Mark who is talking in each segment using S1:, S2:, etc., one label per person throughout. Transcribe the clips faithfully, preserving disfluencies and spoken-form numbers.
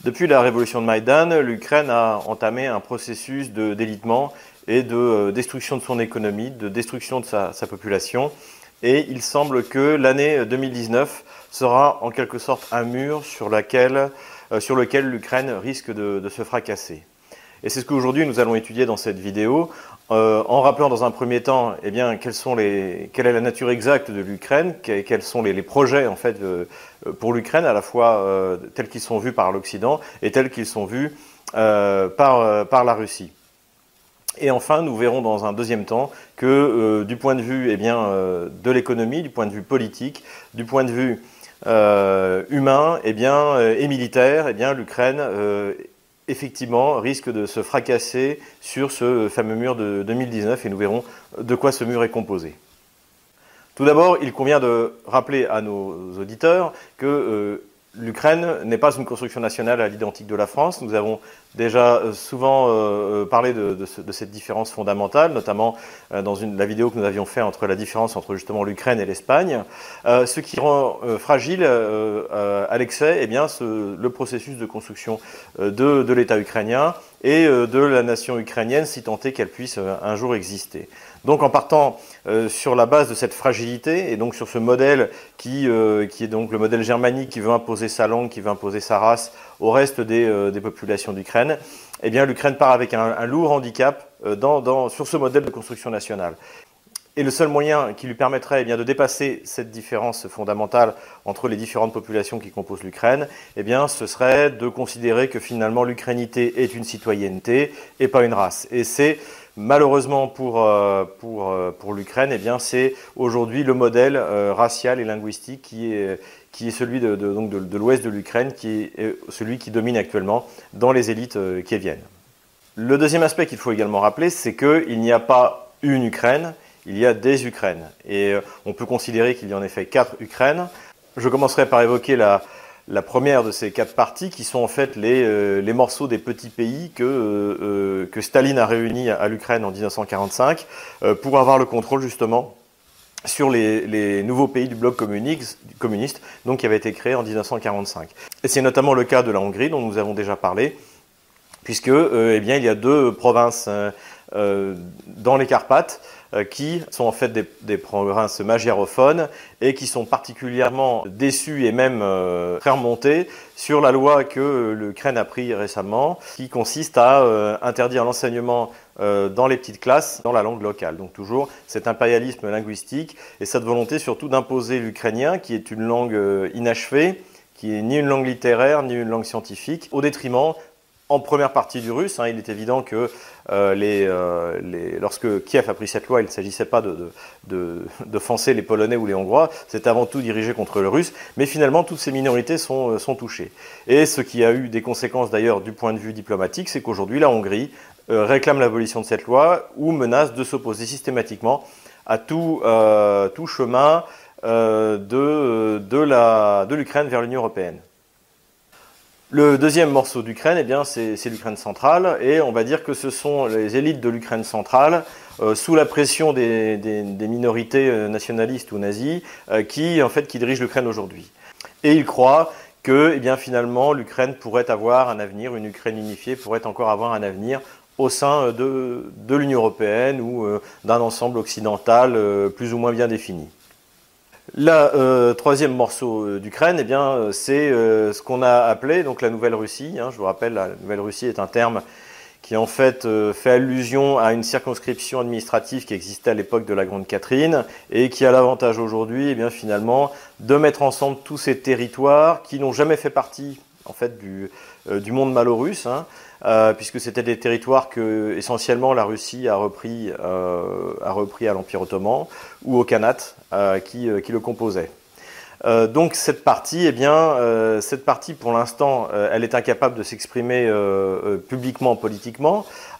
S1: Depuis la révolution de Maïdan, l'Ukraine a entamé un processus de délitement et de euh, destruction de son économie, de destruction de sa, sa population. Et il semble que l'année deux mille dix-neuf sera en quelque sorte un mur sur, laquelle, euh, sur lequel l'Ukraine risque de, de se fracasser. Et c'est ce qu'aujourd'hui nous allons étudier dans cette vidéo, euh, en rappelant dans un premier temps eh bien, quels sont les, quelle est la nature exacte de l'Ukraine, quels sont les, les projets en fait, euh, pour l'Ukraine, à la fois euh, tels qu'ils sont vus par l'Occident et tels qu'ils sont vus euh, par, euh, par la Russie. Et enfin, nous verrons dans un deuxième temps que euh, du point de vue eh bien, euh, de l'économie, du point de vue politique, du point de vue euh, humain eh bien, euh, et militaire, eh bien, l'Ukraine euh, effectivement risque de se fracasser sur ce fameux mur de deux mille dix-neuf et nous verrons de quoi ce mur est composé. Tout d'abord, il convient de rappeler à nos auditeurs que euh, l'Ukraine n'est pas une construction nationale à l'identique de la France. Nous avons déjà souvent euh, parlé de, de, ce, de cette différence fondamentale, notamment euh, dans une, la vidéo que nous avions fait entre la différence entre justement l'Ukraine et l'Espagne. Euh, ce qui rend euh, fragile euh, euh, à l'excès eh bien, ce, le processus de construction euh, de, de l'État ukrainien et euh, de la nation ukrainienne, si tant est qu'elle puisse euh, un jour exister. Donc en partant euh, sur la base de cette fragilité et donc sur ce modèle qui, euh, qui est donc le modèle germanique qui veut imposer sa langue, qui veut imposer sa race au reste des, euh, des populations d'Ukraine, eh bien l'Ukraine part avec un, un lourd handicap euh, dans, dans, sur ce modèle de construction nationale. Et le seul moyen qui lui permettrait eh bien, de dépasser cette différence fondamentale entre les différentes populations qui composent l'Ukraine, eh bien, ce serait de considérer que finalement l'Ukrainité est une citoyenneté et pas une race. Et c'est malheureusement pour, euh, pour, euh, pour l'Ukraine, eh bien, c'est aujourd'hui le modèle euh, racial et linguistique qui est, qui est celui de, de, donc de, de l'ouest de l'Ukraine, qui est celui qui domine actuellement dans les élites euh, kieviennes. Le deuxième aspect qu'il faut également rappeler, c'est qu'il n'y a pas une Ukraine, il y a des Ukraines. Et on peut considérer qu'il y a en effet quatre Ukraines. Je commencerai par évoquer la, la première de ces quatre parties, qui sont en fait les, euh, les morceaux des petits pays que, euh, que Staline a réunis à l'Ukraine en dix-neuf cent quarante-cinq euh, pour avoir le contrôle justement sur les, les nouveaux pays du bloc communiste, donc qui avait été créé en dix-neuf cent quarante-cinq. Et c'est notamment le cas de la Hongrie, dont nous avons déjà parlé, puisque euh, eh bien, il y a deux provinces euh, dans les Carpates, qui sont en fait des, des provinces magyarophones et qui sont particulièrement déçus et même euh, très remontés sur la loi que l'Ukraine a prise récemment, qui consiste à euh, interdire l'enseignement euh, dans les petites classes dans la langue locale. Donc toujours cet impérialisme linguistique et cette volonté surtout d'imposer l'ukrainien, qui est une langue euh, inachevée, qui n'est ni une langue littéraire ni une langue scientifique, au détriment en première partie du russe. Hein. Il est évident que euh, les, euh, les, lorsque Kiev a pris cette loi, il ne s'agissait pas de, de, de, d'offenser les Polonais ou les Hongrois, c'était avant tout dirigé contre le russe, mais finalement toutes ces minorités sont, sont touchées. Et ce qui a eu des conséquences d'ailleurs du point de vue diplomatique, c'est qu'aujourd'hui la Hongrie euh, réclame l'abolition de cette loi ou menace de s'opposer systématiquement à tout, euh, tout chemin euh, de, de, la, de l'Ukraine vers l'Union européenne. Le deuxième morceau d'Ukraine, eh bien, c'est, c'est l'Ukraine centrale, et on va dire que ce sont les élites de l'Ukraine centrale, euh, sous la pression des, des, des minorités nationalistes ou nazies, euh, qui, en fait, qui dirigent l'Ukraine aujourd'hui. Et ils croient que, eh bien, finalement, l'Ukraine pourrait avoir un avenir, une Ukraine unifiée pourrait encore avoir un avenir au sein de, de l'Union européenne ou euh, d'un ensemble occidental euh, plus ou moins bien défini. Le euh, troisième morceau euh, d'Ukraine, eh bien, c'est euh, ce qu'on a appelé donc la Nouvelle-Russie. Hein. Je vous rappelle, la Nouvelle-Russie est un terme qui en fait euh, fait allusion à une circonscription administrative qui existait à l'époque de la Grande Catherine et qui a l'avantage aujourd'hui, eh bien, finalement, de mettre ensemble tous ces territoires qui n'ont jamais fait partie en fait du, euh, du monde malo-russe, hein, euh, puisque c'était des territoires que essentiellement la Russie a repris, euh, a repris à l'Empire ottoman ou au Khanat euh, qui, euh, qui le composait. Euh, donc cette partie, eh bien, euh, cette partie pour l'instant, euh, elle est incapable de s'exprimer euh, euh, publiquement, politiquement.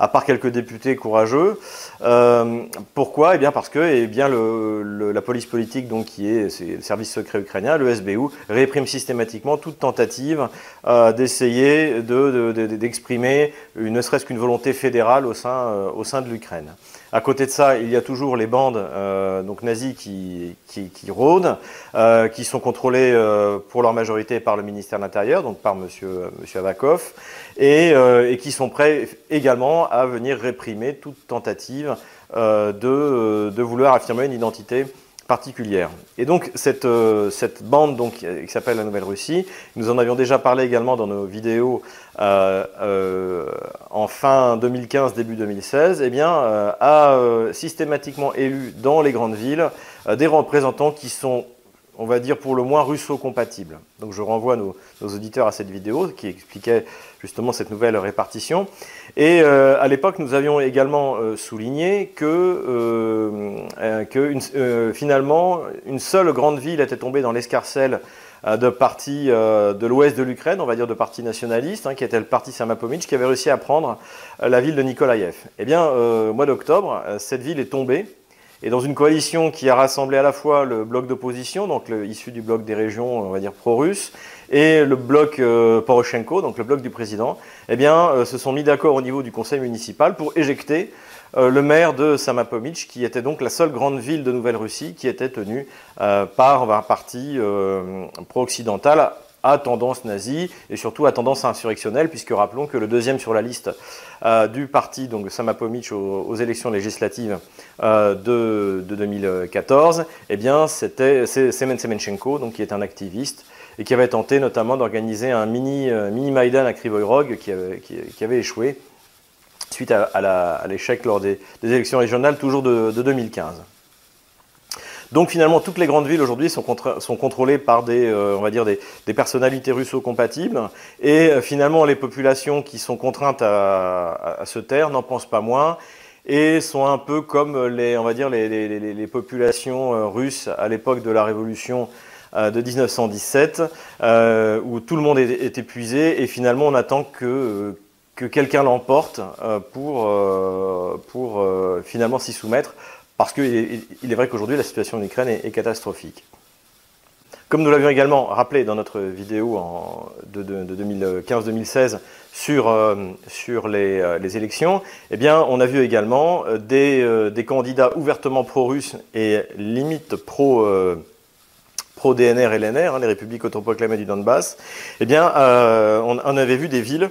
S1: à part quelques députés courageux. Euh, pourquoi? Eh bien parce que eh bien, le, le, la police politique, donc, qui est, c'est le service secret ukrainien, le S B U, réprime systématiquement toute tentative euh, d'essayer de, de, de, d'exprimer une, ne serait-ce qu'une volonté fédérale au sein, euh, au sein de l'Ukraine. À côté de ça, il y a toujours les bandes euh, donc nazies qui, qui, qui rôdent, euh, qui sont contrôlées euh, pour leur majorité par le ministère de l'Intérieur, donc par monsieur, monsieur Avakov, et, euh, et qui sont prêts également à venir réprimer toute tentative euh, de, de vouloir affirmer une identité particulière. Et donc cette, euh, cette bande donc, qui s'appelle la Nouvelle-Russie, nous en avions déjà parlé également dans nos vidéos euh, euh, en fin deux mille quinze, début deux mille seize, eh bien, euh, a euh, systématiquement élu dans les grandes villes euh, des représentants qui sont, on va dire, pour le moins russo-compatibles. Donc je renvoie nos, nos auditeurs à cette vidéo qui expliquait justement cette nouvelle répartition. Et euh, à l'époque, nous avions également euh, souligné que, euh, euh, que une, euh, finalement, une seule grande ville était tombée dans l'escarcelle euh, de partis euh, de l'ouest de l'Ukraine, on va dire de partis nationalistes, hein, qui était le parti Samopomych, qui avait réussi à prendre euh, la ville de Nikolaïev. Eh bien, euh, au mois d'octobre, euh, cette ville est tombée. Et dans une coalition qui a rassemblé à la fois le bloc d'opposition, donc le, issu du bloc des régions, on va dire pro-russes, et le bloc euh, Poroshenko, donc le bloc du président, eh bien, euh, se sont mis d'accord au niveau du conseil municipal pour éjecter euh, le maire de Samopomych, qui était donc la seule grande ville de Nouvelle-Russie qui était tenue euh, par un parti euh, pro-occidental à tendance nazie et surtout à tendance insurrectionnelle, puisque rappelons que le deuxième sur la liste euh, du parti, donc Samopomych, aux, aux élections législatives euh, de, de deux mille quatorze, eh bien, c'était Semen Semenchenko, donc qui est un activiste et qui avait tenté notamment d'organiser un mini, euh, mini Maïdan à Kryvyi Rog qui avait, qui, qui avait échoué suite à, à l'échec lors des, des élections régionales, toujours de, de deux mille quinze. Donc finalement, toutes les grandes villes aujourd'hui sont, sont contrôlées par des, euh, on va dire des, des personnalités russo-compatibles, et euh, finalement les populations qui sont contraintes à, à, à se taire n'en pensent pas moins, et sont un peu comme les, on va dire les, les, les, les populations euh, russes à l'époque de la révolution euh, de mille neuf cent dix-sept, euh, où tout le monde est, est épuisé, et finalement on attend que euh, que quelqu'un l'emporte euh, pour, euh, pour euh, finalement s'y soumettre. Parce qu'il est vrai qu'aujourd'hui, la situation en Ukraine est, est catastrophique. Comme nous l'avions également rappelé dans notre vidéo en, de, de, de deux mille quinze deux mille seize sur, euh, sur les, euh, les élections, eh bien, on a vu également des, euh, des candidats ouvertement pro-russes et limite pro, euh, pro-D N R et L N R, hein, les républiques autoproclamées du Donbass. Eh bien, euh, on, on avait vu des villes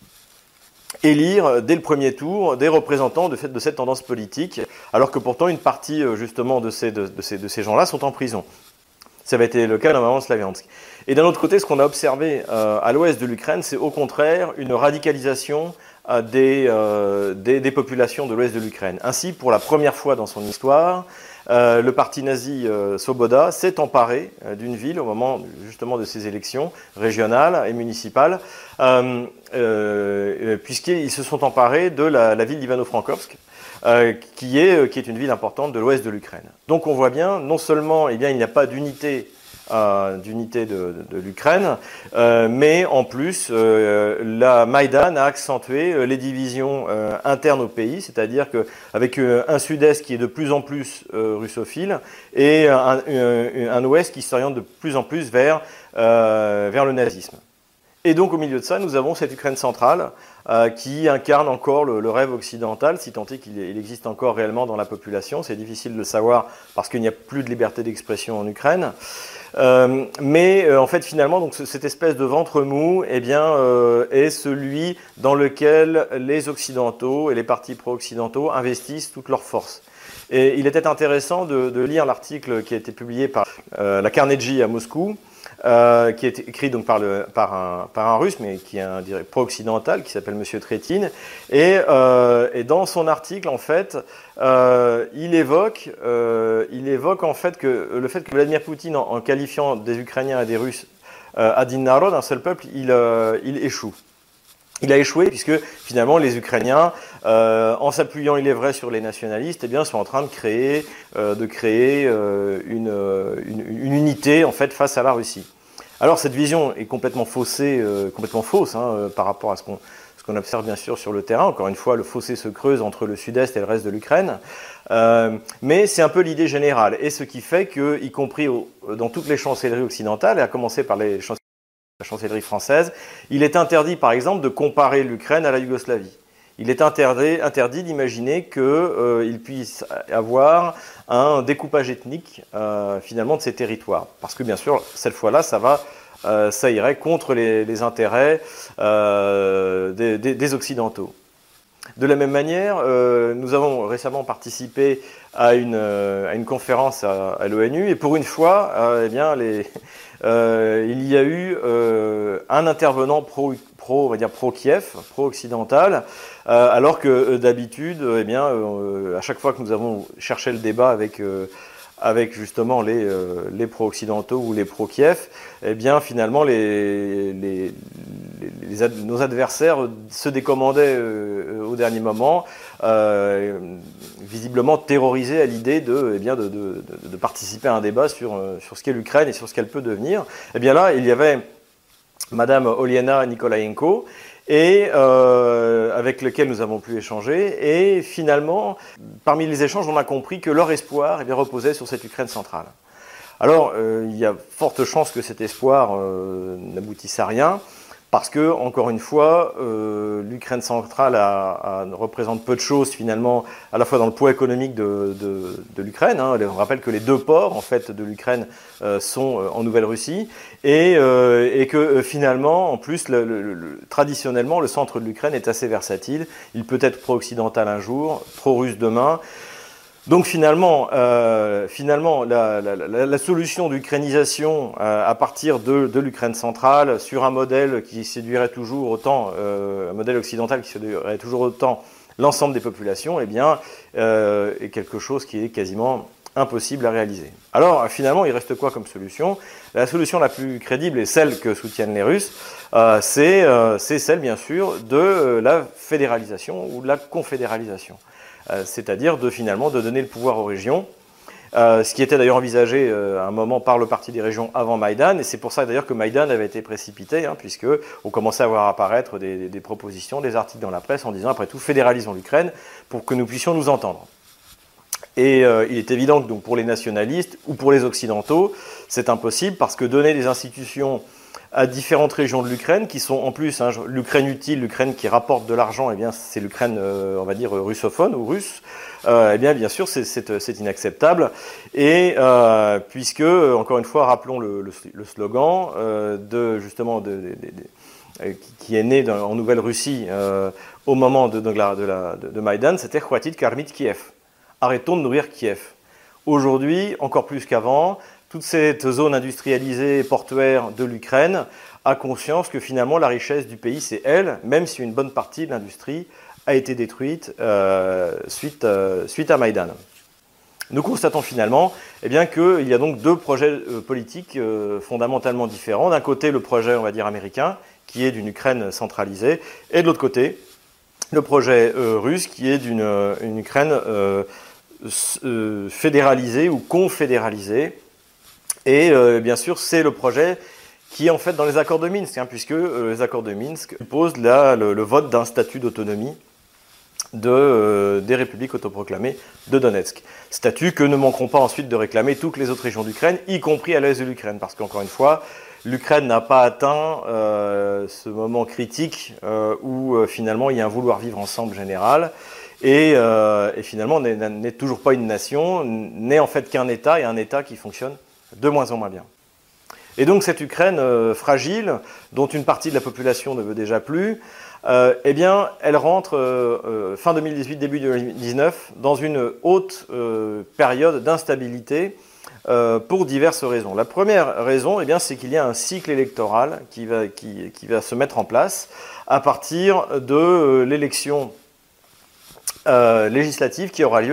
S1: élire dès le premier tour des représentants de, fait, de cette tendance politique, alors que pourtant une partie justement de ces, de, de ces, de ces gens-là sont en prison. Ça avait été le cas dans Maman Slaviansk. Et d'un autre côté, ce qu'on a observé euh, à l'ouest de l'Ukraine, c'est au contraire une radicalisation euh, des, euh, des, des populations de l'ouest de l'Ukraine. Ainsi, pour la première fois dans son histoire, Euh, le parti nazi euh, Svoboda s'est emparé euh, d'une ville au moment justement de ces élections régionales et municipales, euh, euh, puisqu'ils se sont emparés de la, la ville d'Ivano-Frankovsk, euh, qui, est, qui est une ville importante de l'ouest de l'Ukraine. Donc on voit bien, non seulement eh bien, il n'y a pas d'unité Euh, d'unité de, de, de l'Ukraine, euh, mais en plus, euh, la Maïdan a accentué euh, les divisions euh, internes au pays, c'est-à-dire qu'avec euh, un sud-est qui est de plus en plus euh, russophile et un, un, un ouest qui s'oriente de plus en plus vers, euh, vers le nazisme. Et donc au milieu de ça, nous avons cette Ukraine centrale euh, qui incarne encore le, le rêve occidental, si tant est qu'il il existe encore réellement dans la population. C'est difficile de le savoir parce qu'il n'y a plus de liberté d'expression en Ukraine. Euh, mais euh, en fait, finalement, donc, cette espèce de ventre mou eh bien, euh, est celui dans lequel les Occidentaux et les partis pro-occidentaux investissent toutes leurs forces. Et il était intéressant de, de lire l'article qui a été publié par euh, la Carnegie à Moscou, Euh, qui est écrit donc par, le, par, un, par un russe, mais qui est un pro-occidental, qui s'appelle Monsieur Tretin. Et, euh, et dans son article, en fait, euh, il, évoque, euh, il évoque en fait que le fait que Vladimir Poutine, en, en qualifiant des Ukrainiens et des Russes euh, Adin Narod, un seul peuple, il, euh, il échoue. Il a échoué puisque finalement les Ukrainiens, euh, en s'appuyant, il est vrai, sur les nationalistes, eh bien, sont en train de créer, euh, de créer euh, une, une, une unité en fait face à la Russie. Alors cette vision est complètement faussée, euh, complètement fausse hein, euh, par rapport à ce qu'on ce qu'on observe bien sûr sur le terrain. Encore une fois, le fossé se creuse entre le sud-est et le reste de l'Ukraine. Euh, mais c'est un peu l'idée générale. Et ce qui fait que, y compris au, dans toutes les chancelleries occidentales, et à commencer par les chancelleries, la chancellerie française, il est interdit par exemple de comparer l'Ukraine à la Yougoslavie. Il est interdit, interdit d'imaginer qu'il euh, puisse avoir un découpage ethnique euh, finalement de ces territoires. Parce que bien sûr, cette fois-là, ça, va, euh, ça irait contre les, les intérêts euh, des, des, des Occidentaux. De la même manière, euh, nous avons récemment participé à une, euh, à une conférence à, à l'ONU et pour une fois, euh, eh bien, les, euh, il y a eu euh, un intervenant pro, pro, on va dire pro-Kiev, pro-occidental, euh, alors que euh, d'habitude, eh bien, euh, à chaque fois que nous avons cherché le débat avec euh, avec justement les, euh, les pro-occidentaux ou les pro-Kiev, eh bien finalement les, les, les, les ad, nos adversaires se décommandaient euh, au dernier moment, euh, visiblement terrorisés à l'idée de, eh bien de, de, de, de participer à un débat sur, sur ce qu'est l'Ukraine et sur ce qu'elle peut devenir. Eh bien là, il y avait Madame Oliena Nikolaïenko, et euh, avec lequel nous avons pu échanger. Et finalement, parmi les échanges, on a compris que leur espoir eh bien, reposait sur cette Ukraine centrale. Alors, euh, il y a forte chance que cet espoir euh, n'aboutisse à rien, parce que, encore une fois, euh, l'Ukraine centrale a, a, représente peu de choses, finalement, à la fois dans le poids économique de, de, de l'Ukraine. Hein. On rappelle que les deux ports, en fait, de l'Ukraine euh, sont en Nouvelle-Russie, et, euh, et que, euh, finalement, en plus, le, le, le, traditionnellement, le centre de l'Ukraine est assez versatile. Il peut être pro-occidental un jour, pro-russe demain. Donc finalement, euh, finalement la, la, la, la solution d'ukrainisation euh, à partir de, de l'Ukraine centrale, sur un modèle qui séduirait toujours autant, euh, un modèle occidental qui séduirait toujours autant l'ensemble des populations, eh bien, euh, est quelque chose qui est quasiment impossible à réaliser. Alors finalement, il reste quoi comme solution? La solution la plus crédible et celle que soutiennent les Russes, euh, c'est euh, celle bien sûr de la fédéralisation ou de la confédéralisation. Euh, c'est-à-dire de finalement de donner le pouvoir aux régions, euh, ce qui était d'ailleurs envisagé euh, à un moment par le Parti des régions avant Maïdan, et c'est pour ça d'ailleurs que Maïdan avait été précipité, hein, puisque on commençait à voir apparaître des, des, des propositions, des articles dans la presse en disant après tout fédéralisons l'Ukraine pour que nous puissions nous entendre. Et euh, il est évident que donc, pour les nationalistes ou pour les occidentaux, c'est impossible parce que donner des institutions à différentes régions de l'Ukraine, qui sont en plus, hein, l'Ukraine utile, l'Ukraine qui rapporte de l'argent, eh bien c'est l'Ukraine, euh, on va dire, russophone ou russe, euh, eh bien bien sûr c'est inacceptable, et euh, puisque, encore une fois, rappelons le, le, le slogan euh, de, justement, de, de, de, de, qui est né en Nouvelle-Russie euh, au moment de, de, la, de, la, de, de Maïdan, c'était « Khwatit karmit Kiev », arrêtons de nourrir Kiev. Aujourd'hui, encore plus qu'avant, toute cette zone industrialisée portuaire de l'Ukraine a conscience que finalement la richesse du pays, c'est elle, même si une bonne partie de l'industrie a été détruite euh, suite, euh, suite à Maïdan. Nous constatons finalement eh bien, qu'il y a donc deux projets euh, politiques euh, fondamentalement différents. D'un côté, le projet, on va dire, américain, qui est d'une Ukraine centralisée, et de l'autre côté, le projet euh, russe, qui est d'une une Ukraine euh, euh, fédéralisée ou confédéralisée. Et euh, bien sûr, c'est le projet qui est en fait dans les accords de Minsk, hein, puisque euh, les accords de Minsk posent là, le, le vote d'un statut d'autonomie de, euh, des républiques autoproclamées de Donetsk. Statut que ne manqueront pas ensuite de réclamer toutes les autres régions d'Ukraine, y compris à l'est de l'Ukraine, parce qu'encore une fois, l'Ukraine n'a pas atteint euh, ce moment critique euh, où euh, finalement il y a un vouloir vivre ensemble général, et, euh, et finalement n'est toujours pas une nation, n'est en fait qu'un État, et un État qui fonctionne de moins en moins bien. Et donc cette Ukraine euh, fragile, dont une partie de la population ne veut déjà plus, euh, eh bien, elle rentre euh, euh, fin deux mille dix-huit, début deux mille dix-neuf, dans une haute euh, période d'instabilité euh, pour diverses raisons. La première raison, eh bien, c'est qu'il y a un cycle électoral qui va, qui, qui va se mettre en place à partir de euh, l'élection euh, législative qui aura lieu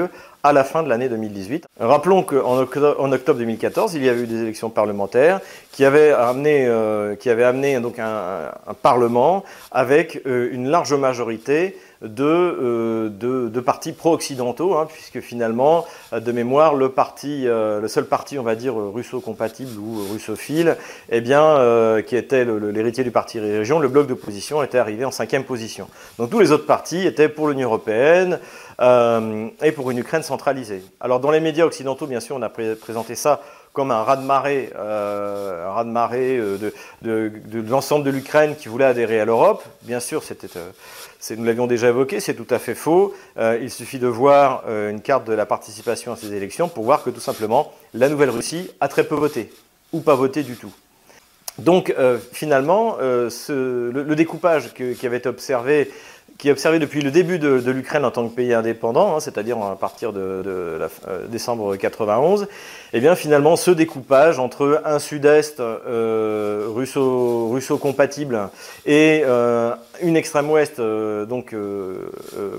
S1: à la fin de l'année deux mille dix-huit. Rappelons qu'en octobre, en octobre deux mille quatorze, il y avait eu des élections parlementaires qui avaient amené, euh, qui avaient amené donc un, un parlement avec euh, une large majorité de, euh, de, de partis pro-occidentaux, hein, puisque finalement, de mémoire, le parti, euh, le seul parti, on va dire, russo-compatible ou russophile, eh bien, euh, qui était le, le, l'héritier du parti Région, le bloc d'opposition était arrivé en cinquième position. Donc tous les autres partis étaient pour l'Union européenne euh, et pour une Ukraine centralisée. Alors dans les médias occidentaux, bien sûr, on a pré- présenté ça comme un raz-de-marée, euh, un raz-de-marée de, de, de, de l'ensemble de l'Ukraine qui voulait adhérer à l'Europe. Bien sûr, c'était, euh, c'est, nous l'avions déjà évoqué, c'est tout à fait faux. Euh, il suffit de voir euh, une carte de la participation à ces élections pour voir que tout simplement, la Nouvelle-Russie a très peu voté, ou pas voté du tout. Donc euh, finalement, euh, ce, le, le découpage que, qui avait été observé, qui est observé depuis le début de, de l'Ukraine en tant que pays indépendant, hein, c'est-à-dire à partir de, de la, euh, décembre quatre-vingt-onze, eh bien finalement ce découpage entre un sud-est euh, russo, russo-compatible et euh, une extrême-ouest euh, donc euh, euh,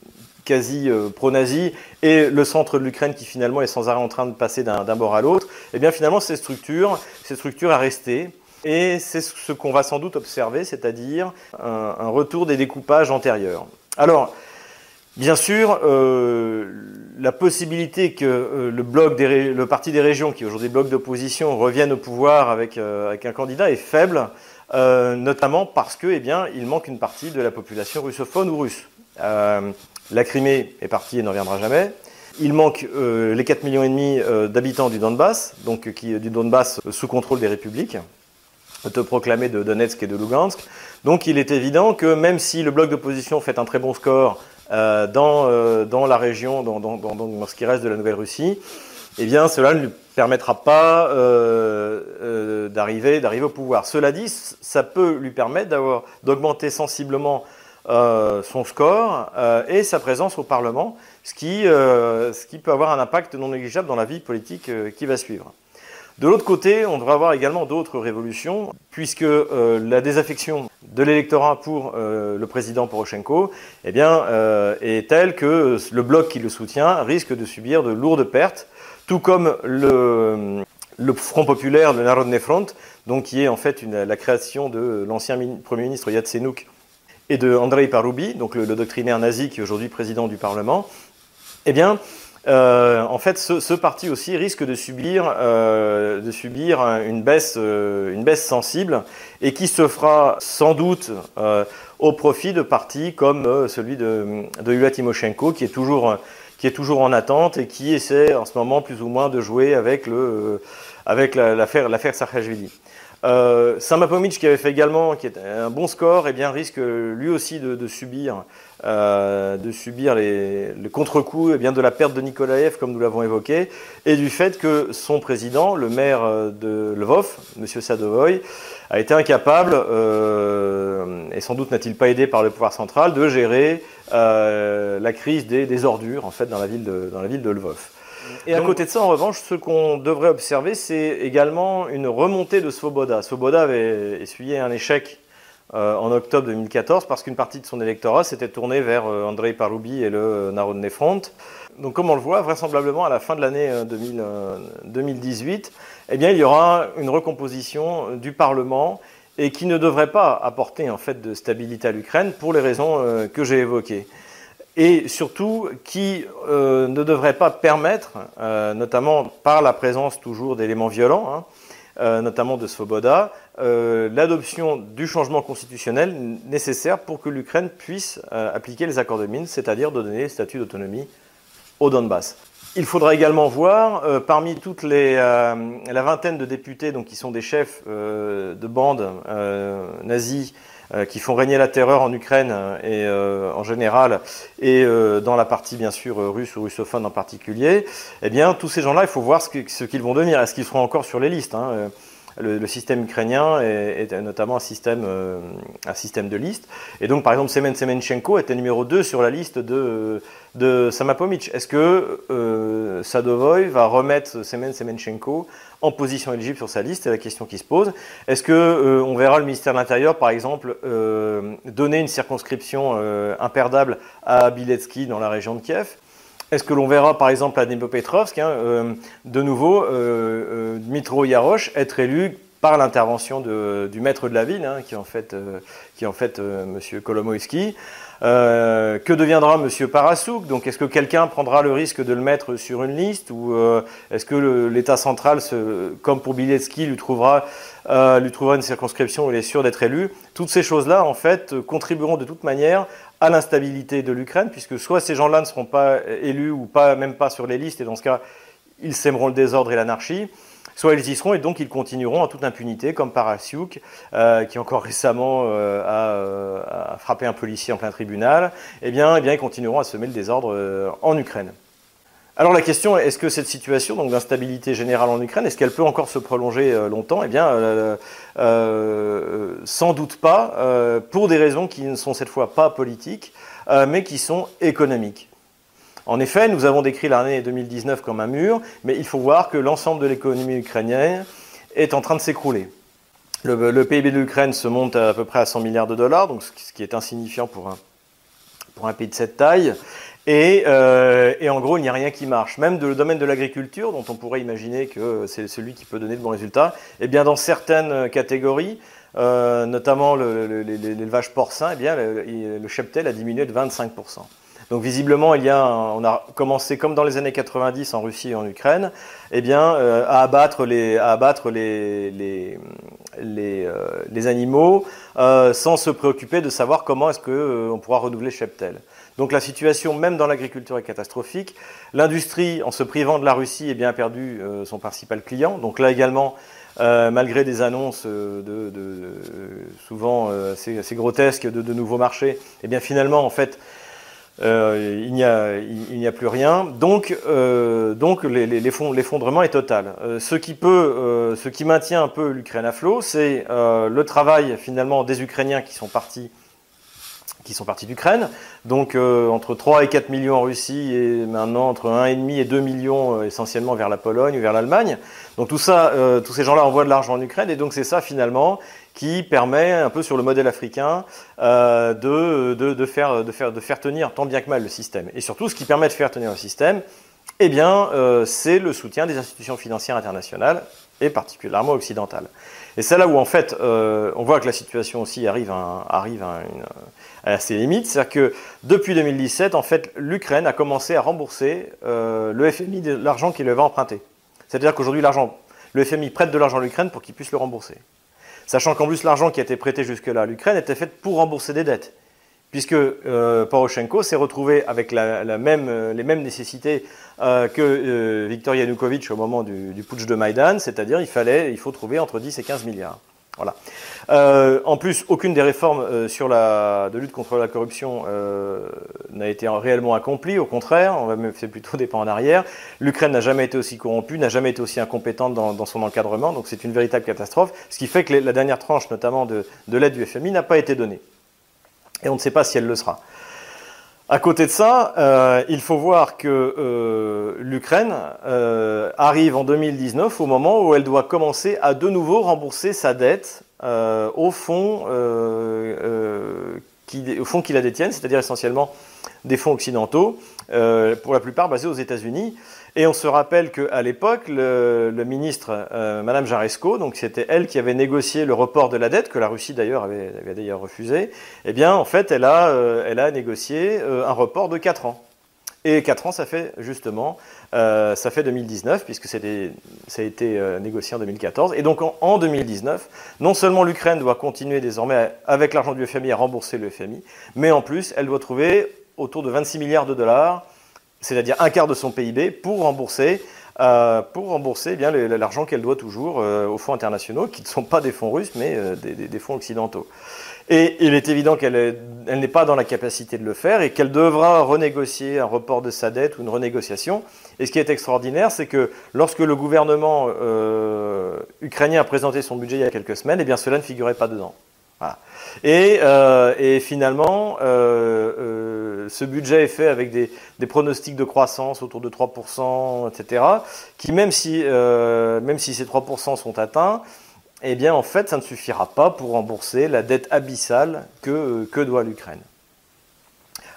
S1: quasi euh, pro-nazi, et le centre de l'Ukraine qui finalement est sans arrêt en train de passer d'un, d'un bord à l'autre, eh bien finalement cette structure, cette structure a resté. Et c'est ce qu'on va sans doute observer, c'est-à-dire un, un retour des découpages antérieurs. Alors, bien sûr, euh, la possibilité que euh, le, bloc des, le parti des régions, qui est aujourd'hui bloc d'opposition, revienne au pouvoir avec, euh, avec un candidat est faible, euh, notamment parce que, eh bien, il manque une partie de la population russophone ou russe. Euh, la Crimée est partie et ne reviendra jamais. Il manque euh, les quatre millions et demi euh, d'habitants du Donbass, donc qui, du Donbass euh, sous contrôle des républiques autoproclamés de Donetsk et de Lugansk. Donc il est évident que même si le bloc d'opposition fait un très bon score euh, dans, euh, dans la région, dans, dans, dans, dans ce qui reste de la Nouvelle-Russie, eh bien cela ne lui permettra pas euh, euh, d'arriver, d'arriver au pouvoir. Cela dit, ça peut lui permettre d'avoir, d'augmenter sensiblement euh, son score euh, et sa présence au Parlement, ce qui, euh, ce qui peut avoir un impact non négligeable dans la vie politique euh, qui va suivre. De l'autre côté, on devrait avoir également d'autres révolutions, puisque euh, la désaffection de l'électorat pour euh, le président Poroshenko eh bien, euh, est telle que le bloc qui le soutient risque de subir de lourdes pertes, tout comme le, le Front populaire, le Narodny Front, donc qui est en fait une, la création de l'ancien Premier ministre Yatsenyuk et de Andrei Parubi, donc le, le doctrinaire nazi qui est aujourd'hui président du Parlement, eh bien, Euh, en fait, ce, ce parti aussi risque de subir, euh, de subir une baisse, euh, une baisse sensible et qui se fera sans doute euh, au profit de partis comme euh, celui de, de Yulia Tymoshenko, qui est toujours, qui est toujours en attente et qui essaie en ce moment plus ou moins de jouer avec le, euh, avec la, l'affaire, l'affaire Saakashvili. Euh, Samapomic, qui avait fait également qui est un bon score, eh bien, risque lui aussi de, de subir, euh, de subir les, le contre-coup eh bien, de la perte de Nikolaev, comme nous l'avons évoqué, et du fait que son président, le maire de Lvov, M. Sadovoy, a été incapable, euh, et sans doute n'a-t-il pas aidé par le pouvoir central, de gérer euh, la crise des, des ordures en fait, dans la ville de, dans la ville de Lvov. Et à Donc, côté de ça, en revanche, ce qu'on devrait observer, c'est également une remontée de Svoboda. Svoboda avait essuyé un échec euh, en octobre deux mille quatorze parce qu'une partie de son électorat s'était tournée vers euh, Andrei Parubi et le Narodny Front. Donc comme on le voit, vraisemblablement à la fin de l'année deux mille dix-huit, eh bien, il y aura une recomposition du Parlement et qui ne devrait pas apporter en fait, de stabilité à l'Ukraine pour les raisons euh, que j'ai évoquées. Et surtout qui euh, ne devrait pas permettre, euh, notamment par la présence toujours d'éléments violents, hein, euh, notamment de Svoboda, euh, l'adoption du changement constitutionnel nécessaire pour que l'Ukraine puisse euh, appliquer les accords de Minsk, c'est-à-dire de donner le statut d'autonomie au Donbass. Il faudra également voir, euh, parmi toutes les, euh, la vingtaine de députés donc, qui sont des chefs euh, de bandes euh, nazis, qui font régner la terreur en Ukraine et euh, en général, et euh, dans la partie bien sûr russe ou russophone en particulier, eh bien tous ces gens-là, il faut voir ce, que, ce qu'ils vont devenir. Est-ce qu'ils seront encore sur les listes, hein? le, le système ukrainien est, est notamment un système, euh, un système de liste. Et donc par exemple, Semen Semenchenko était numéro deux sur la liste de, de Samapomic. Est-ce que euh, Sadovoy va remettre Semen Semenchenko en position éligible sur sa liste? C'est la question qui se pose. Est-ce que euh, on verra le ministère de l'Intérieur, par exemple, euh, donner une circonscription euh, imperdable à Bieletsky dans la région de Kiev? est-ce que l'on verra par exemple à Dnipropetrovsk, hein, euh, de nouveau, euh, euh, Dmytro Yarosh être élu par l'intervention du maître de la ville, hein, qui est en fait, euh, qui est en fait euh, M. Kolomoïski. Euh, que deviendra M. Parasouk? Donc, est-ce que quelqu'un prendra le risque de le mettre sur une liste, ou euh, est-ce que l'État central, se, comme pour Bilecki, lui trouvera, euh, lui trouvera une circonscription où il est sûr d'être élu? Toutes ces choses-là, en fait, contribueront de toute manière à l'instabilité de l'Ukraine, puisque soit ces gens-là ne seront pas élus ou pas, même pas sur les listes, et dans ce cas, ils sèmeront le désordre et l'anarchie, soit ils y seront et donc ils continueront en toute impunité, comme Parasyuk, euh, qui encore récemment euh, a, euh, a frappé un policier en plein tribunal. Eh bien, eh bien, ils continueront à semer le désordre euh, en Ukraine. Alors la question est, est-ce que cette situation donc d'instabilité générale en Ukraine, est-ce qu'elle peut encore se prolonger euh, longtemps? Eh bien, euh, euh, sans doute pas, euh, pour des raisons qui ne sont cette fois pas politiques, euh, mais qui sont économiques. En effet, nous avons décrit l'année deux mille dix-neuf comme un mur, mais il faut voir que l'ensemble de l'économie ukrainienne est en train de s'écrouler. Le, le P I B de l'Ukraine se monte à, à peu près à cent milliards de dollars, donc ce qui est insignifiant pour un, pour un pays de cette taille. Et, euh, et en gros, il n'y a rien qui marche. Même dans le domaine de l'agriculture, dont on pourrait imaginer que c'est celui qui peut donner de bons résultats, eh bien, dans certaines catégories, euh, notamment l'élevage porcin, eh bien, le, le cheptel a diminué de vingt-cinq pour cent. Donc visiblement, il y a un, on a commencé comme dans les années quatre-vingt-dix en Russie et en Ukraine, eh bien, euh, à abattre les, à abattre les, les, les, euh, les animaux euh, sans se préoccuper de savoir comment est-ce qu'on euh, pourra renouveler le cheptel. Donc la situation, même dans l'agriculture, est catastrophique. L'industrie, en se privant de la Russie, eh bien, a perdu euh, son principal client. Donc là également, euh, malgré des annonces de, de, de, souvent euh, assez, assez grotesques de, de nouveaux marchés, eh bien finalement, en fait, Euh, il n'y a, il, il a plus rien, donc, euh, donc l'effondrement est total. Euh, ce, qui peut, euh, ce qui maintient un peu l'Ukraine à flot, c'est euh, le travail finalement des Ukrainiens qui sont partis, qui sont partis d'Ukraine, donc euh, entre trois et quatre millions en Russie, et maintenant entre un virgule cinq et deux millions euh, essentiellement vers la Pologne ou vers l'Allemagne. Donc tout ça, euh, tous ces gens-là envoient de l'argent en Ukraine, et donc c'est ça finalement qui permet, un peu sur le modèle africain, euh, de, de, de, faire, de, faire, de faire tenir tant bien que mal le système. Et surtout, ce qui permet de faire tenir le système, eh bien, euh, c'est le soutien des institutions financières internationales, et particulièrement occidentales. Et c'est là où, en fait, euh, on voit que la situation aussi arrive à, arrive à, une, à ses limites. C'est-à-dire que depuis deux mille dix-sept, en fait, l'Ukraine a commencé à rembourser euh, le F M I de l'argent qu'il avait emprunté. C'est-à-dire qu'aujourd'hui, l'argent, le F M I prête de l'argent à l'Ukraine pour qu'il puisse le rembourser. Sachant qu'en plus, l'argent qui a été prêté jusque-là à l'Ukraine était fait pour rembourser des dettes. Puisque euh, Poroshenko s'est retrouvé avec la, la même, euh, les mêmes nécessités euh, que euh, Viktor Yanukovych au moment du, du putsch de Maïdan, c'est-à-dire il fallait, il faut trouver entre dix et quinze milliards. Voilà. Euh, en plus, aucune des réformes euh, sur la, de lutte contre la corruption euh, n'a été réellement accomplie. Au contraire, on va même fait plutôt des pas en arrière. L'Ukraine n'a jamais été aussi corrompue, n'a jamais été aussi incompétente dans, dans son encadrement. Donc c'est une véritable catastrophe. Ce qui fait que les, la dernière tranche, notamment de, de l'aide du F M I, n'a pas été donnée. Et on ne sait pas si elle le sera. À côté de ça, euh, il faut voir que euh, l'Ukraine euh, arrive en deux mille dix-neuf au moment où elle doit commencer à de nouveau rembourser sa dette euh, au fonds euh, euh, qui, au fonds qui la détiennent, c'est-à-dire essentiellement des fonds occidentaux, euh, pour la plupart basés aux États-Unis. Et on se rappelle qu'à l'époque, le, le ministre, euh, Madame Jaresko, donc c'était elle qui avait négocié le report de la dette, que la Russie d'ailleurs avait, avait d'ailleurs refusé, eh bien en fait elle a, euh, elle a négocié euh, un report de quatre ans. Et quatre ans, ça fait justement, euh, ça fait deux mille dix-neuf, puisque c'était, ça a été euh, négocié en deux mille quatorze. Et donc en, en deux mille dix-neuf, non seulement l'Ukraine doit continuer désormais avec l'argent du F M I à rembourser le F M I, mais en plus elle doit trouver autour de vingt-six milliards de dollars, c'est-à-dire un quart de son P I B, pour rembourser, euh, pour rembourser eh bien, l'argent qu'elle doit toujours euh, aux fonds internationaux, qui ne sont pas des fonds russes, mais euh, des, des, des fonds occidentaux. Et il est évident qu'elle elle n'est pas dans la capacité de le faire et qu'elle devra renégocier un report de sa dette ou une renégociation. Et ce qui est extraordinaire, c'est que lorsque le gouvernement euh, ukrainien a présenté son budget il y a quelques semaines, eh bien cela ne figurait pas dedans. Voilà. Et, euh, et finalement, euh, euh, ce budget est fait avec des, des pronostics de croissance autour de trois pour cent, et cetera, qui même si, euh, même si ces trois pour cent sont atteints, eh bien en fait, ça ne suffira pas pour rembourser la dette abyssale que, que doit l'Ukraine.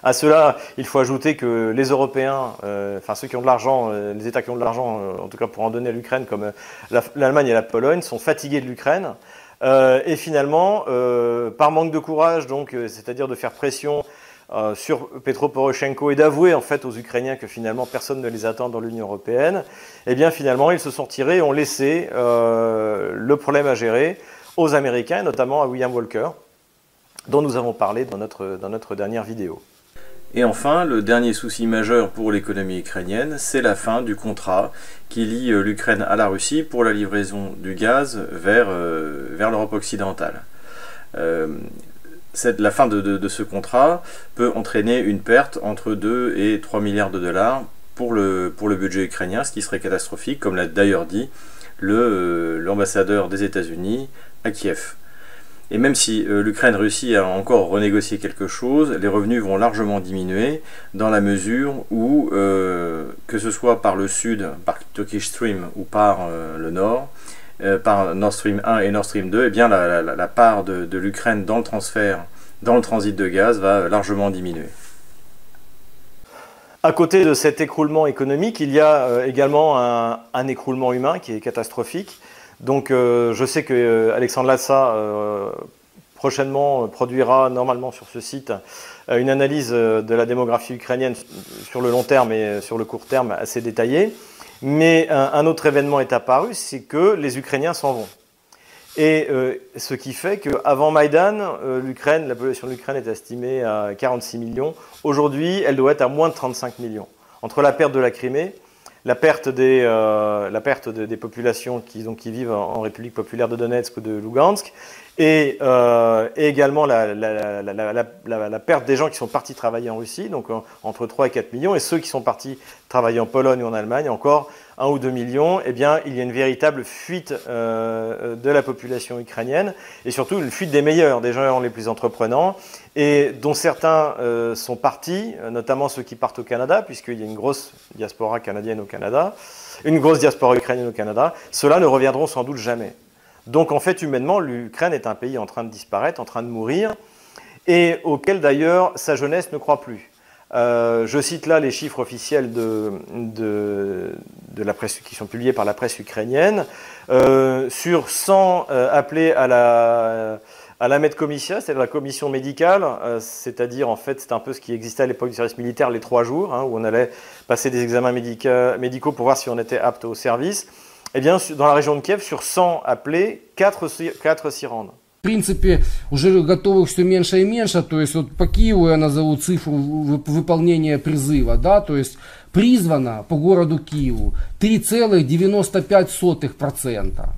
S1: À cela, il faut ajouter que les Européens, euh, enfin ceux qui ont de l'argent, euh, les États qui ont de l'argent, euh, en tout cas pour en donner à l'Ukraine, comme euh, la, l'Allemagne et la Pologne, sont fatigués de l'Ukraine. Euh, et finalement, euh, par manque de courage, donc, euh, c'est-à-dire de faire pression euh, sur Petro Poroshenko et d'avouer en fait aux Ukrainiens que finalement personne ne les attend dans l'Union européenne, eh bien finalement ils se sont tirés et ont laissé euh, le problème à gérer aux Américains, notamment à William Walker, dont nous avons parlé dans notre, dans notre dernière vidéo.
S2: Et enfin, le dernier souci majeur pour l'économie ukrainienne, c'est la fin du contrat qui lie l'Ukraine à la Russie pour la livraison du gaz vers, euh, vers l'Europe occidentale. Euh, cette, la fin de, de, de ce contrat peut entraîner une perte entre deux et trois milliards de dollars pour le, pour le budget ukrainien, ce qui serait catastrophique, comme l'a d'ailleurs dit le, euh, l'ambassadeur des États-Unis à Kiev. Et même si euh, l'Ukraine réussit à encore renégocier quelque chose, les revenus vont largement diminuer dans la mesure où, euh, que ce soit par le sud, par Turkish Stream ou par euh, le nord, euh, par Nord Stream un et Nord Stream deux, eh bien la, la, la part de, de l'Ukraine dans le transfert, dans le transit de gaz va largement diminuer.
S1: À côté de cet écroulement économique, il y a euh, également un, un écroulement humain qui est catastrophique. Donc euh, je sais que euh, Alexandre Lassa euh, prochainement euh, produira normalement sur ce site euh, une analyse euh, de la démographie ukrainienne sur le long terme et sur le court terme assez détaillée. Mais un, un autre événement est apparu, c'est que les Ukrainiens s'en vont. Et euh, ce qui fait qu'avant Maïdan, euh, l'Ukraine, la population de l'Ukraine est estimée à quarante-six millions. Aujourd'hui, elle doit être à moins de trente-cinq millions. Entre la perte de la Crimée, la perte des, euh, la perte de, des populations qui, donc, qui vivent en, en République populaire de Donetsk ou de Lugansk, et, euh, et également la, la, la, la, la, la perte des gens qui sont partis travailler en Russie, donc en, entre trois et quatre millions, et ceux qui sont partis travailler en Pologne ou en Allemagne, encore un ou deux millions, eh bien, il y a une véritable fuite euh, de la population ukrainienne, et surtout une fuite des meilleurs, des gens les plus entreprenants, et dont certains euh, sont partis, notamment ceux qui partent au Canada, puisqu'il y a une grosse diaspora canadienne au Canada, une grosse diaspora ukrainienne au Canada. Ceux-là ne reviendront sans doute jamais. Donc en fait, humainement, l'Ukraine est un pays en train de disparaître, en train de mourir, et auquel d'ailleurs sa jeunesse ne croit plus. Euh, je cite là les chiffres officiels de, de, de la presse, qui sont publiés par la presse ukrainienne. Euh, sur cent euh, appelés à la, à la medcomissia, c'est-à-dire la commission médicale, euh, c'est-à-dire en fait c'est un peu ce qui existait à l'époque du service militaire, les trois jours, hein, où on allait passer des examens médica, médicaux pour voir si on était apte au service. Eh bien, dans la région de Kiev, sur cent appelés, quatre s'y rendent.
S3: В принципе, уже готовых все меньше и меньше, то есть вот по Киеву я назову цифру выполнения призыва, да, то есть призвано по городу Киеву три целых девяносто пять сотых процента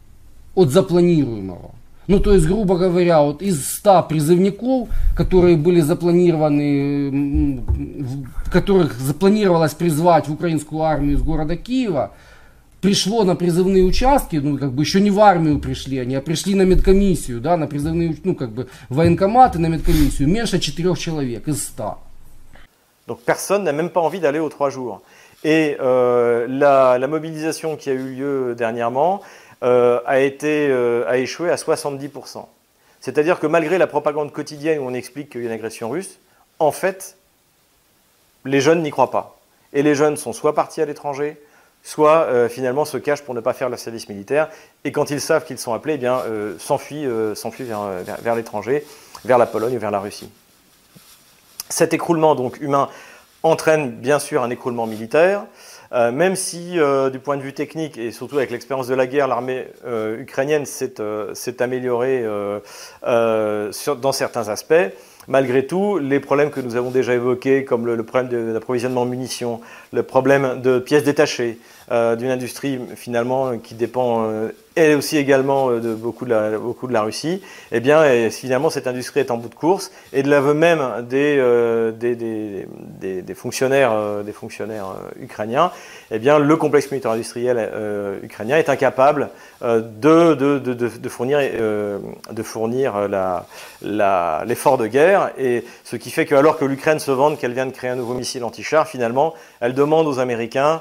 S3: от запланируемого. Ну, то есть, грубо говоря, вот из ста призывников, которые были запланированы, которых запланировалось призвать в украинскую армию из города Киева, пришло на призывные участки, ну, как бы еще не в армию пришли они, а пришли на медкомиссию, да, на призывные, ну, как бы, военкоматы, на медкомиссию, меньше четырех человек из ста.
S1: Donc personne n'a même pas envie d'aller aux trois jours. Et euh, la, la mobilisation qui a eu lieu dernièrement euh, a, été, euh, a échoué à soixante-dix pour cent. C'est-à-dire que malgré la propagande quotidienne où on explique qu'il y a une agression russe, en fait, les jeunes n'y croient pas. Et les jeunes sont soit partis à l'étranger, soit euh, finalement se cachent pour ne pas faire leur service militaire, et quand ils savent qu'ils sont appelés, eh bien, euh, s'enfuient, euh, s'enfuient vers, vers, vers l'étranger, vers la Pologne ou vers la Russie. Cet écroulement donc, humain entraîne bien sûr un écroulement militaire, euh, même si euh, du point de vue technique, et surtout avec l'expérience de la guerre, l'armée euh, ukrainienne s'est, euh, s'est améliorée euh, euh, sur, dans certains aspects. Malgré tout, les problèmes que nous avons déjà évoqués, comme le, le problème de l'approvisionnement en munitions, le problème de pièces détachées, euh, d'une industrie finalement qui dépend euh, elle aussi également de beaucoup de la, beaucoup de la Russie, eh bien et finalement cette industrie est en bout de course, et de l'aveu même des, euh, des, des, des, des fonctionnaires, euh, des fonctionnaires euh, ukrainiens, eh bien le complexe militaire industriel euh, ukrainien est incapable euh, de, de, de, de, de fournir, euh, de fournir la, la, l'effort de guerre, et ce qui fait que alors que l'Ukraine se vante qu'elle vient de créer un nouveau missile anti-char, finalement elle demande aux Américains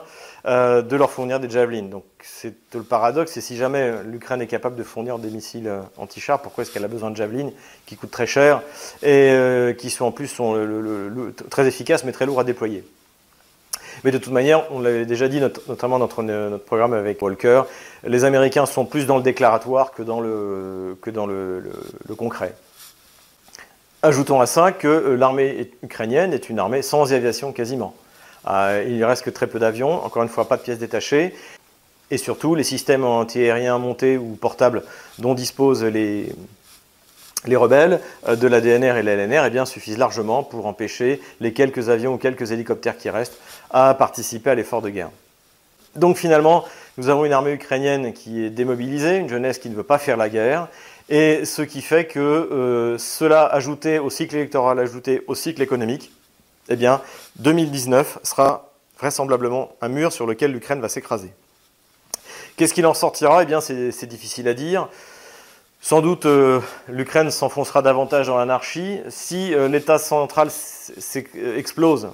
S1: euh, de leur fournir des Javelins. Donc c'est le paradoxe, c'est si jamais l'Ukraine est capable de fournir des missiles anti-chars, pourquoi est-ce qu'elle a besoin de Javelins qui coûtent très cher et euh, qui sont en plus sont le, le, le, le, très efficaces mais très lourds à déployer. Mais de toute manière, on l'avait déjà dit, notamment dans notre, notre programme avec Walker, les Américains sont plus dans le déclaratoire que dans le, que dans le, le, le concret. Ajoutons à ça que l'armée ukrainienne est une armée sans aviation quasiment. Euh, il ne reste que très peu d'avions, encore une fois pas de pièces détachées, et surtout les systèmes antiaériens montés ou portables dont disposent les, les rebelles euh, de l'A D N R et de l'L N R eh bien, suffisent largement pour empêcher les quelques avions ou quelques hélicoptères qui restent à participer à l'effort de guerre. Donc finalement, nous avons une armée ukrainienne qui est démobilisée, une jeunesse qui ne veut pas faire la guerre, et ce qui fait que euh, cela ajouté au cycle électoral, ajouté au cycle économique, eh bien, deux mille dix-neuf sera vraisemblablement un mur sur lequel l'Ukraine va s'écraser. Qu'est-ce qu'il en sortira? Eh bien, c'est difficile à dire. Sans doute, euh, l'Ukraine s'enfoncera davantage dans l'anarchie. Si euh, l'État central explose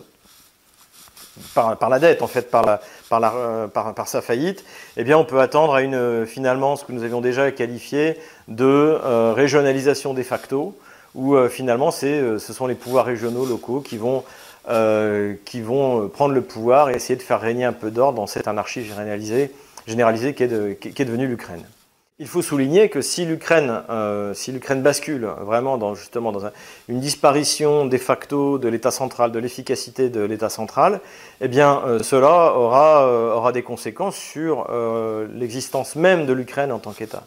S1: par, par la dette, en fait, par, la, par, la, euh, par, par sa faillite, eh bien, on peut attendre à une, euh, finalement, ce que nous avions déjà qualifié de euh, régionalisation de facto, où euh, finalement, euh, ce sont les pouvoirs régionaux, locaux, qui vont, euh, qui vont prendre le pouvoir et essayer de faire régner un peu d'ordre dans cette anarchie généralisée, généralisée qu'est de, qu'est devenue l'Ukraine. Il faut souligner que si l'Ukraine euh, si l'Ukraine bascule vraiment dans, justement dans un, une disparition de facto de l'État central, de l'efficacité de l'État central, eh bien euh, cela aura, euh, aura des conséquences sur euh, l'existence même de l'Ukraine en tant qu'État.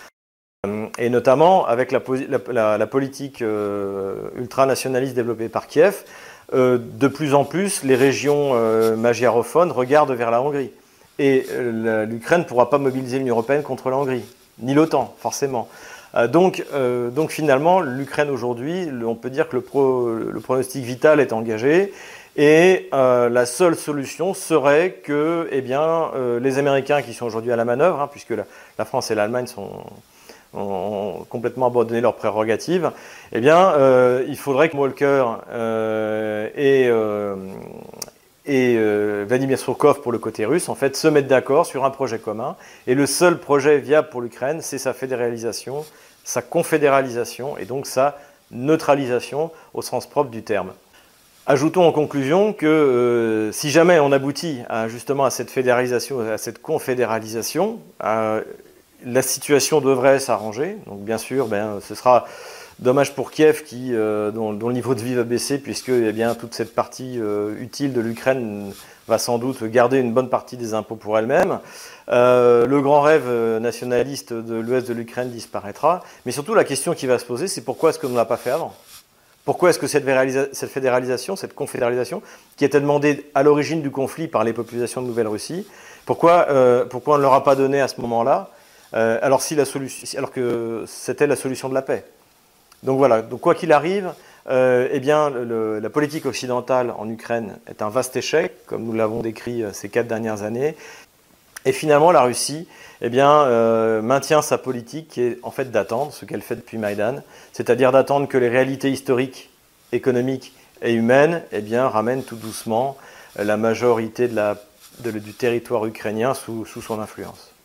S1: Et notamment avec la, la, la politique euh, ultranationaliste développée par Kiev, euh, de plus en plus les régions euh, magyarophones regardent vers la Hongrie. Et euh, l'Ukraine ne pourra pas mobiliser l'Union européenne contre la Hongrie, ni l'OTAN, forcément. Euh, donc, euh, donc finalement, l'Ukraine aujourd'hui, on peut dire que le, pro, le pronostic vital est engagé. Et euh, la seule solution serait que eh bien, euh, les Américains qui sont aujourd'hui à la manœuvre, hein, puisque la, la France et l'Allemagne sont... ont complètement abandonné leurs prérogatives, eh bien, euh, il faudrait que Walker euh, et, euh, et euh, Vladimir Surkov, pour le côté russe, en fait, se mettent d'accord sur un projet commun. Et le seul projet viable pour l'Ukraine, c'est sa fédéralisation, sa confédéralisation, et donc sa neutralisation au sens propre du terme. Ajoutons en conclusion que euh, si jamais on aboutit à, justement à cette fédéralisation, à cette confédéralisation, à, la situation devrait s'arranger. Donc bien sûr, ben, ce sera dommage pour Kiev qui, euh, dont, dont le niveau de vie va baisser puisque eh bien, toute cette partie euh, utile de l'Ukraine va sans doute garder une bonne partie des impôts pour elle-même. Euh, le grand rêve nationaliste de l'ouest de l'Ukraine disparaîtra. Mais surtout, la question qui va se poser, c'est pourquoi est-ce qu'on ne l'a pas fait avant? Pourquoi est-ce que cette, cette fédéralisation, cette confédéralisation, qui était demandée à l'origine du conflit par les populations de Nouvelle-Russie, pourquoi, euh, pourquoi on ne l'aura pas donnée à ce moment-là? Euh, alors, si la solution, alors que c'était la solution de la paix. Donc voilà, donc quoi qu'il arrive, euh, eh bien, le, la politique occidentale en Ukraine est un vaste échec, comme nous l'avons décrit ces quatre dernières années. Et finalement, la Russie eh bien, euh, maintient sa politique qui est en fait d'attendre, ce qu'elle fait depuis Maïdan, c'est-à-dire d'attendre que les réalités historiques, économiques et humaines eh bien, ramènent tout doucement la majorité de la, de, du territoire ukrainien sous, sous son influence.